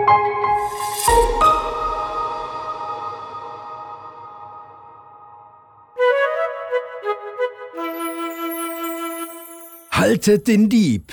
Haltet den Dieb!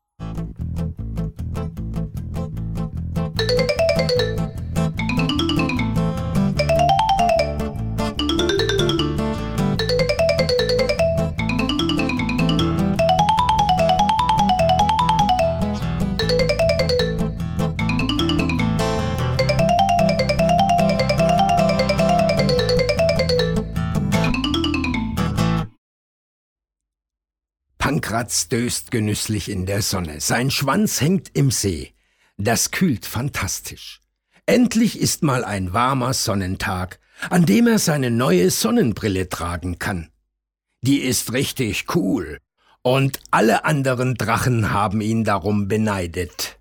Pankraz döst genüsslich in der Sonne. Sein Schwanz hängt im See. Das kühlt fantastisch. Endlich ist mal ein warmer Sonnentag, an dem er seine neue Sonnenbrille tragen kann. Die ist richtig cool. Und alle anderen Drachen haben ihn darum beneidet.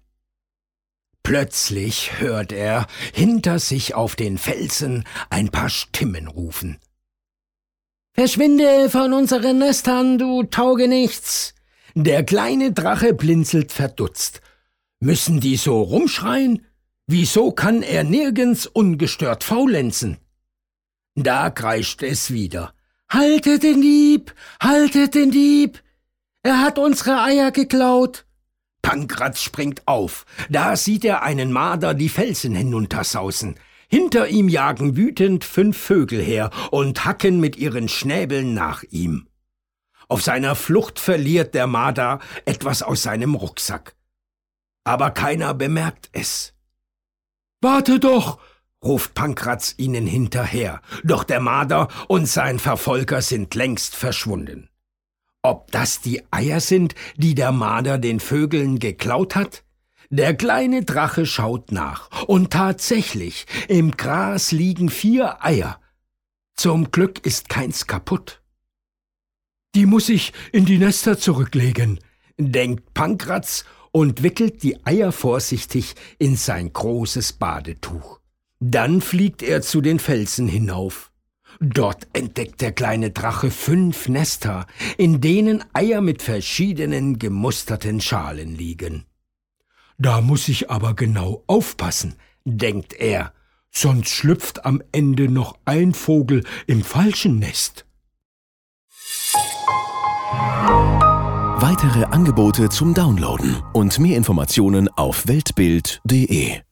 Plötzlich hört er hinter sich auf den Felsen ein paar Stimmen rufen. »Verschwinde von unseren Nestern, du Taugenichts!« Der kleine Drache blinzelt verdutzt. Müssen die so rumschreien? Wieso kann er nirgends ungestört faulenzen? Da kreischt es wieder. »Haltet den Dieb! Haltet den Dieb! Er hat unsere Eier geklaut!« Pankraz springt auf. Da sieht er einen Marder die Felsen hinuntersausen. Hinter ihm jagen wütend 5 Vögel her und hacken mit ihren Schnäbeln nach ihm. Auf seiner Flucht verliert der Marder etwas aus seinem Rucksack. Aber keiner bemerkt es. »Warte doch!« ruft Pankraz ihnen hinterher, doch der Marder und sein Verfolger sind längst verschwunden. Ob das die Eier sind, die der Marder den Vögeln geklaut hat? Der kleine Drache schaut nach, und tatsächlich, im Gras liegen 4 Eier. Zum Glück ist keins kaputt. »Die muss ich in die Nester zurücklegen«, denkt Pankraz und wickelt die Eier vorsichtig in sein großes Badetuch. Dann fliegt er zu den Felsen hinauf. Dort entdeckt der kleine Drache 5 Nester, in denen Eier mit verschiedenen gemusterten Schalen liegen. »Da muss ich aber genau aufpassen«, denkt er, »sonst schlüpft am Ende noch ein Vogel im falschen Nest.« Weitere Angebote zum Downloaden und mehr Informationen auf weltbild.de